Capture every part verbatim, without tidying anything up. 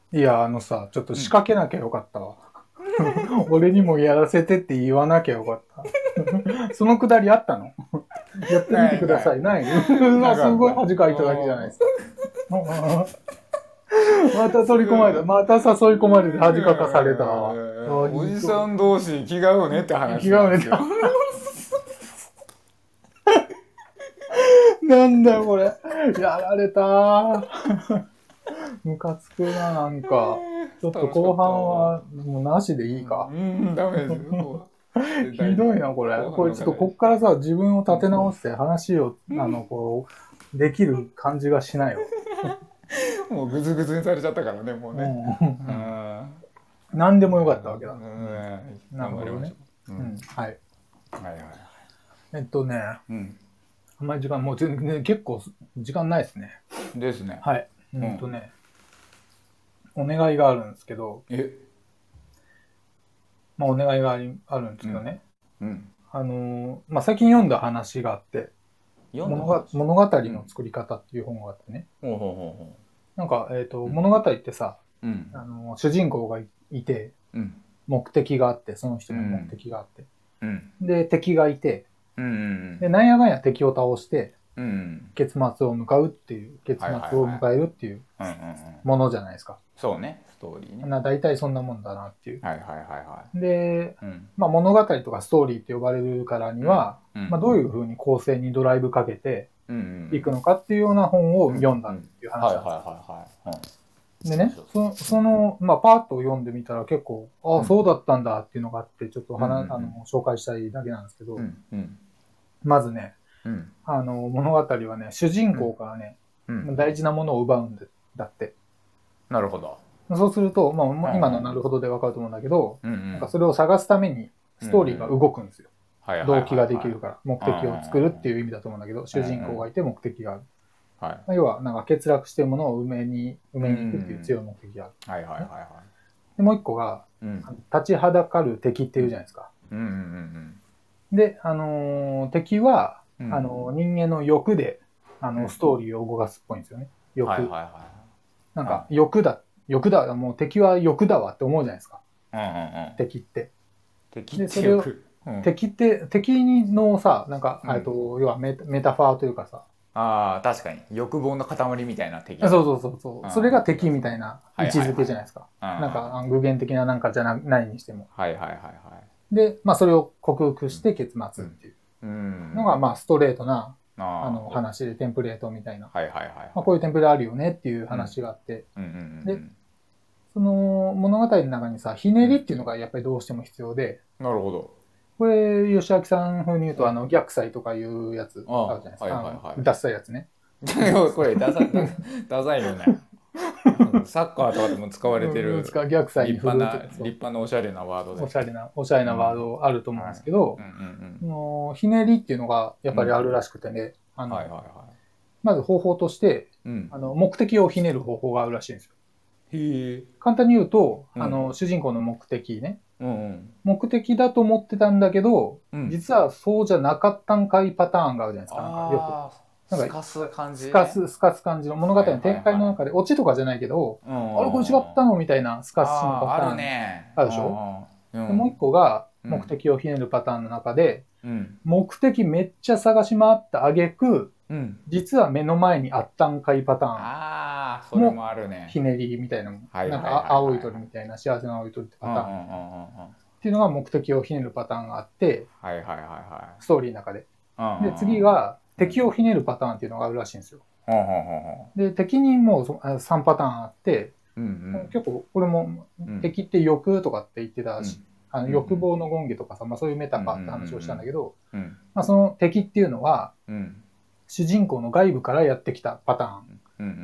いや、あのさ、ちょっと仕掛けなきゃよかったわ。俺にもやらせてって言わなきゃよかった。そのくだりあったの？やってみてください。ないうわ、すごい恥かいただけじゃないですか。また取り込まれた。また誘い込まれて恥かかされたわ。 おじさん同士気が合うねって話気なんですよ。 がめた。なんだよ、これ。やられた。ムカつくな、なんか。ちょっと後半はもうなしでいいか。 うん、ダメですよ。 ひどいな、これ。これちょっとこっからさ、自分を立て直して話を、あの、こう、できる感じがしないわ。 もうグズグズにされちゃったからね、もうね。 うん。何でもよかったわけだ。 うん、 なるほどね。 うん、 うん。はい。 はいはい。 えっとね、 うん。 あんまり時間、もう全然、結構時間ないですね。 ですね。 はい。えっとね、お願いがあるんですけど、 え、 まあお願いがありあるんですけどね。 うん。 あのー、まあ最近読んだ話があって、物が読んだ話。 物語のうん。 作り方っていう本があってね。 ほうほうほうほなんか、えっと、 う。うん。 物語ってさ、 うん。 あのー、主人公がいいて、 うん。 目的があって、その人の目うん。 的があって。 うん。 で、敵がいて、 うん。 で、なんやかんや敵を倒して、 うん。 結末を迎うっていう、結末はいはいを迎えはい。 るっていううんうんうん。 ものじゃないですか。 そうね、ストーリーね。 な、大体そんなもんだなっていう。 はいはいはいはで、 い。うん。 まあ物語とかストーリーって呼ばれるからにうん。 は、 うん。 まあどういう風に構成にドライブかけてうんうんいくのかっていうような本をうん。 読んだっうん。 ていうはいはい話なんですよ。 はいはい。 でね、 うん。そうそうそそう。 その、まあパーッと読んでみたら結構、ああ、 うん。 そうだったんだっていうのがあって、ちょっとうんう話、あの、 ん紹介したいだけなんですけうん。うど、 んうん。 まずね、 うん。 あの、物語はね、主人うん。 公からね、 うん。 大事なものを奪うんだって。 なるほど。 そうすると、まあ、今のなうんうん。 るほどでわかると思うんだけど、 うんうん。 なんかそれを探すためにうんストーリーがうん。 動くんですよ。 はいはいはい動機ができはい。 るから、目うんうん的を作るっていう意味だと思うんだけど、主人うんうん。うんうん。 公がいて目的がある。 はい。 まあ、要は、なんか欠落しているものを埋めに、埋うめに行くっていうん。 強い目的がある。 はいはいはいね、 はで、もう一個が、 い。うん。 立ちはだかる敵っていうじゃないですか。 うんうんうんで、あのー敵は、 うん。うん。 あのー人間の欲で、あの、 うん。 ストーリーを動かすっぽいんですよね。欲。 はいはいはなんか、 いはい。 欲だ。欲だ。もう敵は欲だわって思うじゃないですか。 うん。うんうんうん。 敵って。 敵っで、それを、 てよく。うん。 敵って、敵のさ、なんか、 うん。 えっと、要はメタメタファーというかさ、 ああ、確かに。欲望の塊みたいな敵そうね。 そうそうそう、それうん。 が敵みたいな位置づはいはいはい。 けじゃないですか。 うん。 なんか、あの具現的ななんかじゃなないにしても。 はいはいはいはい。 で、まあ、それを克服して結うん。 末っていううん。 のが、まあ、ストレートな、あああ、 の、 そう。 話で、テンプレートみたいな。 はいはいはいまあ、 はい。 こういうテンプレあるよねっていううん。 話があって、 うんうんうで、 んその物語の中にさ、ひうん。うん。 ねりっていうのがやっぱりどうしても必要で、 なるほど。 これ、吉明さん風に言うと、あうん。 の、逆祭とかいうやつああ、 あるじゃないですはいか。あの、 はいはダッサいやつね。 い。これ、ダサ、ダダサいよね。サッカーとかでも使われてうん、 る使逆祭に立派な、 振るとか、 立そ派なおしゃれなワードう、おで。 しゃれな、おしゃれうん。 なワードあると思うんではい。 すけど、 うんうんそのひねりっていうのがやっうん。うん。 ぱりあるらしくてね、あの、 はいはいはまず方法として、 い。うん。 あの、目的をひねる方法があるらしいんですよ。 へえ。 簡単に言うと、 うん。 あの、主人公の目的ね。 うんうん。 目的だと思ってたんだけど、 うん。 実はそうじゃなかったんかいパターンがあるじゃないですか。なんかよく。 ああ、 なんか、 すかす感じね。 スカス、スカス感じの物語はいはいの展開のはい。 中で、オチとかじゃないけど、 うん。 あれこれ違ったのみたいなスカスのああ、あるパターンね。 あるでしょ？ うんうん。 で、もう一個がうん。 目的をひねるパターンの中で、 うん。 目的めっちゃ探し回った挙句、 うん。 実は目の前にあったんかいパターンああ、それももあるね。 ひねりみたいなもん。 はいなんはいはいはいか青い鳥みはい。 たいな幸せな青い鳥ってパターンうんうんうんうんうん。 っていうのが目的をひねるパターンがあって、 はいはいはいはストーリーの中で。 い。うんうんで、 うん。 次がうん。 敵をひねるパターンっていうのがあるらしいんですよ。 ほんほんほんほん。 で、敵にもさんパターンあって、 うんうん。 結構これもうん。 敵って欲とかって言ってたし、 うん。 あのうんうん。 欲望の権化とかさ、まあそういうメタうんうんうファーって話をしたんだんけど、 うん。うん。 まあその敵っていうのはうん。 主人公の外部からやってきたパターン。 うんうんうん。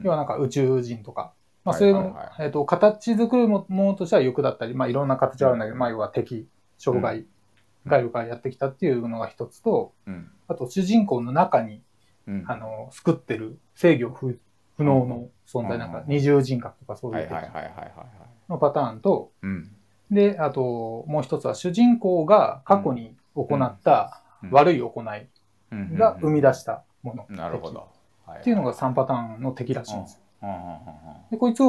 要はなんか宇宙人とか、まあはいそういうの、 はいはい。 えっ、と、形作るものとしては欲だったり、まあいろんな形うん。 があるんだけど、まあ要は敵、 うん。 障害、 うん。 外部からやってきたっていうのが一つと、 うん。 あと主人公の中に、 うん。 あの、救ってる制御不不能の存在、なんか二重人格とかそういう敵はいはいはいはいはいはい。 のパターンと、 うん。 で、あともう一つは主人公が過去に行ったうん。 悪い行いうん。 が生み出したもの、 うん。なるほ敵っど。はいはいていうのがはい。 さんパターンの敵らしいんですよ。 うん。うん。うん。 で、こいつを、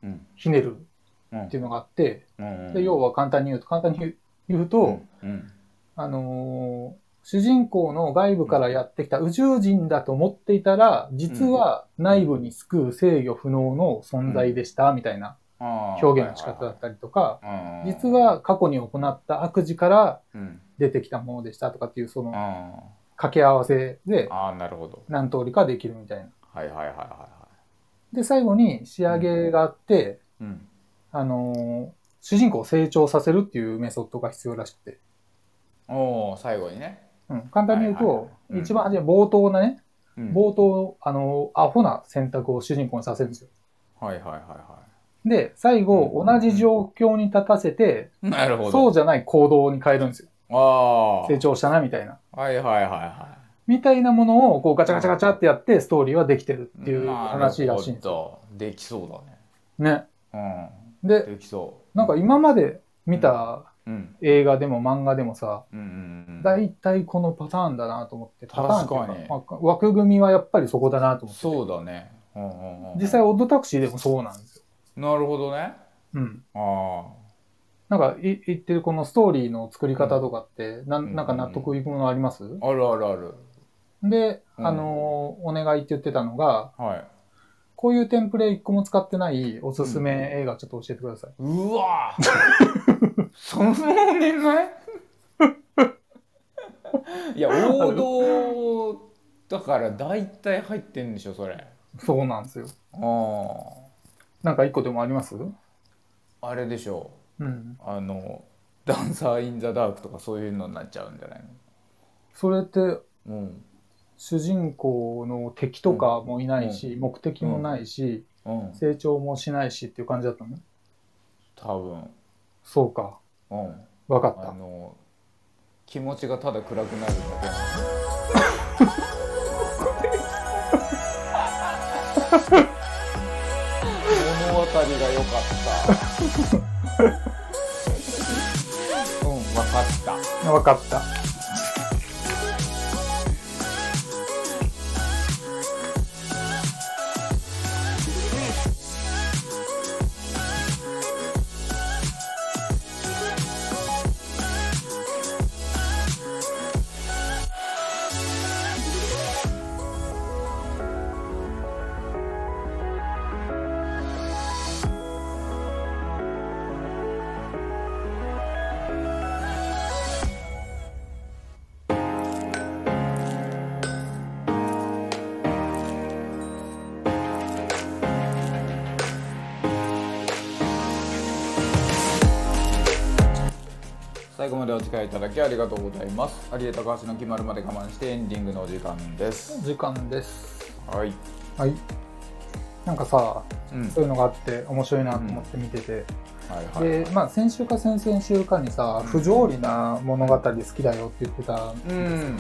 うんひねるうんっていうのがあって、 うんで要は簡単に言うと簡単に言うと、 うんうんあのー主人公の外部からやってきた宇宙人だと思っていたら、実は内部に救う制御不能の存在でした、みたいな表現の仕方だったりとか、実は過去に行った悪事から出てきたものでしたとかっていう、その掛け合わせで何通りかできるみたいな。 はいはいはいはで、最後に仕上げがあって、 い。うん。 あのー主人公を成長させるっていうメソッドが必要らしくて。 おー、最後にね。 うん、簡単に言うと、 はいはいはいうん一番初め冒頭なね、 うん冒頭、あの、アホな選択を主人公にさせるんですよ。 はいはいはいはで、最後、同じ状況に立たせて、 い。なるほど。 そうじゃない行動に変えるんですよ。 ああ。 成長したな、みたいな。 はいはいはいはみたいなものを、こう、ガチャガチャガチャってやって、ストーリーはできてるってい。 いう話らしいんですよ。 なるほど。できそうだね。 ね。 うん。 で、 できそなんか今まで見たう。うん。 映画でも漫画でもさ、 うんうんうん。 大体このパターンだなと思って、パターンっていう確かにまあ枠組みはやっぱりそこだなと思ってて。 そうだね。うんうんうん。 実際、オッドタクシーでもそうなんですよ。 なるほどね。 うん。 あなんか、い言ってるこのストーリーの作り方とかって、なうんなんか納得いくものあります、 あ。あるあるある。 で、 うんあのーお願いって言ってたのが、 はい。 こういうテンプレ一個も使ってないおすすめ映画ちょっと教えてください。 うわぁその年代いや、王道だから大体入ってんでしょ、それ。 そうなんですよ。 あなんか一個でもありますあ。あれでしょうん。 う。あの、ダンサー・イン・ザ・ダークとかそういうのになっちゃうんじゃないそれって、 のうん。 主人公の敵とかもいないし、目的もないし、 うん。 成長もしないしっていう感じだったの？ 多分。 そうか。 うん。 わかった。 あの、気持ちがただ暗くなるだけなの。物語が良かった。うん、わかった。 わかった。 最後までお付き合いいただきありがとうございます。有江高橋の決まるまで我慢してエンディングのお時間です。 時間です。 はい。 はい。なんかさ、 うん。 そういうのがあって面白いなと思って見てて。 はいはい。 で、まあ先週か先々週かにさ、不条理な物語好きだよって言ってた。 うん、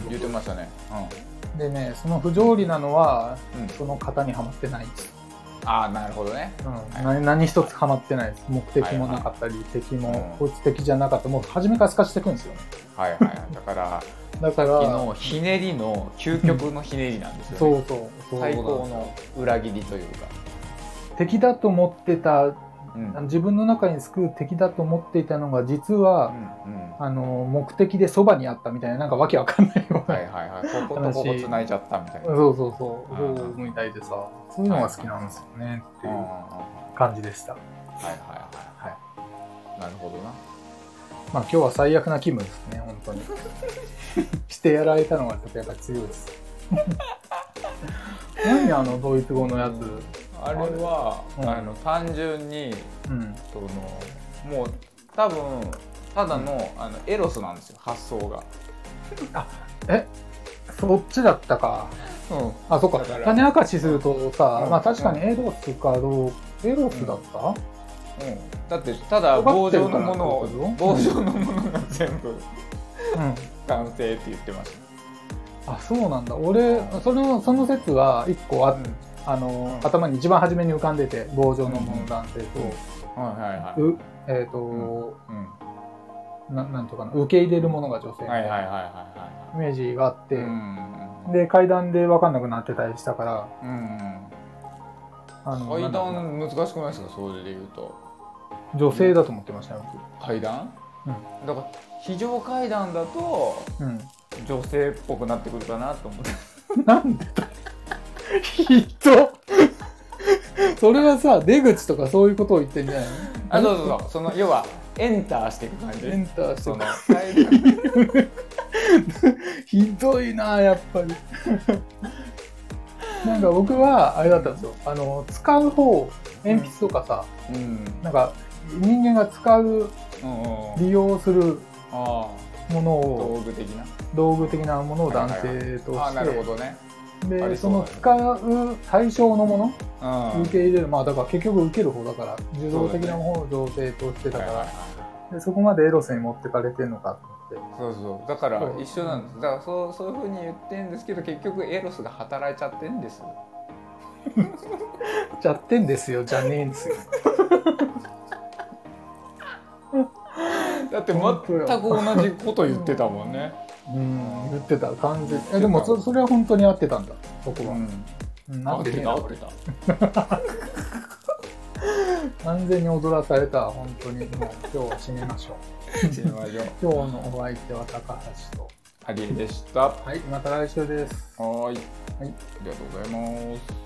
言ってましたね。 でね、その不条理なのは、 うん。 その型にはまってないです。 ああ、なるほどね。 うん、何何一つはまってないです。目的もなかったり、敵もこいつ敵じゃなかった。もう初めから透かしていくんですよね。 はいはいはい。だから、 だから、 さっきのひねりの究極のひねりなんですよね。 そうそうそう。 最高の裏切りというか。 敵だと思ってた、 うん。 自分の中に救う敵だと思っていたのが、実は、 うんうん。 あの、目的でそばにあったみたいな、なんかわけわかんないような。 はいはいはい。こことここ繋いじゃったみたいな。 そうそうそう。 うんそうみたいでさ、そういうのが好きなんですよね、っていう感じでした。 はいはいはいはい。なるほどな。 まあ今日は最悪な気分ですね、本当に。してやられたのがちょっとやっぱり強いです。何あのドイツ語のやつ。 あれは、 うん、 あの単純に、 うん、 そのもう多分ただの、うん、あのエロスなんですよ、発想が。 あ、え、そっちだったか。うん、あ、そっか。種明かしするとさ、うん、まあ確かにエロスかどう、エロスだった、うんうん、だってただ棒状のものを棒状のものが全部、うん、完成って言ってました。 あ、そうなんだ。俺そのその説は一個あ、うん、あの、うん、頭に一番初めに浮かんでて、棒状のもの男性と、 はいはいはい、 うえっ、ー、と、うんうん、な, なんとかな、受け入れるものが女性みたいなイメージがあって、うん、で階段で分かんなくなってたりしたから、うん、 あの階段難しくないですか、それで言うと。 女性だと思ってましたよ。 階段、 うん、 だから非常階段だと、うん、女性っぽくなってくるかなと思ってなんでだ人それはさ、出口とかそういうことを言ってんじゃないの？ あ、そうそうそう、その要はエンターしていく感じ。 エンターしていくひどいなやっぱりなんか僕はあれだったんですよ、あの使う方、鉛筆とかさ、うん、なんか人間が使う、利用するものを、 道具的な道具的なものを男性として、 あ、なるほどね。 でその使う対象のもの、うん、受け入れる、まあだから結局受ける方だから受動的なものを女性としてたから、はいはいはい、でそこまでエロスに持ってかれてるのかと思って。 そうそう、だから一緒なんです。だからそうそういうふうに言ってるんですけど、結局エロスが働いちゃってんですちゃってんですよじゃねえんですよだって全く同じこと言ってたもんね。 うん、言ってた完全に。えでも そ, それは本当に合ってたんだ僕は、うん、合ってた合ってた完全に踊らされた。本当にもう今日は締めましょう締めましょう今日のお相手は高橋とハリエでした。 はい、また来週です。 はい、はい、 ありがとうございます。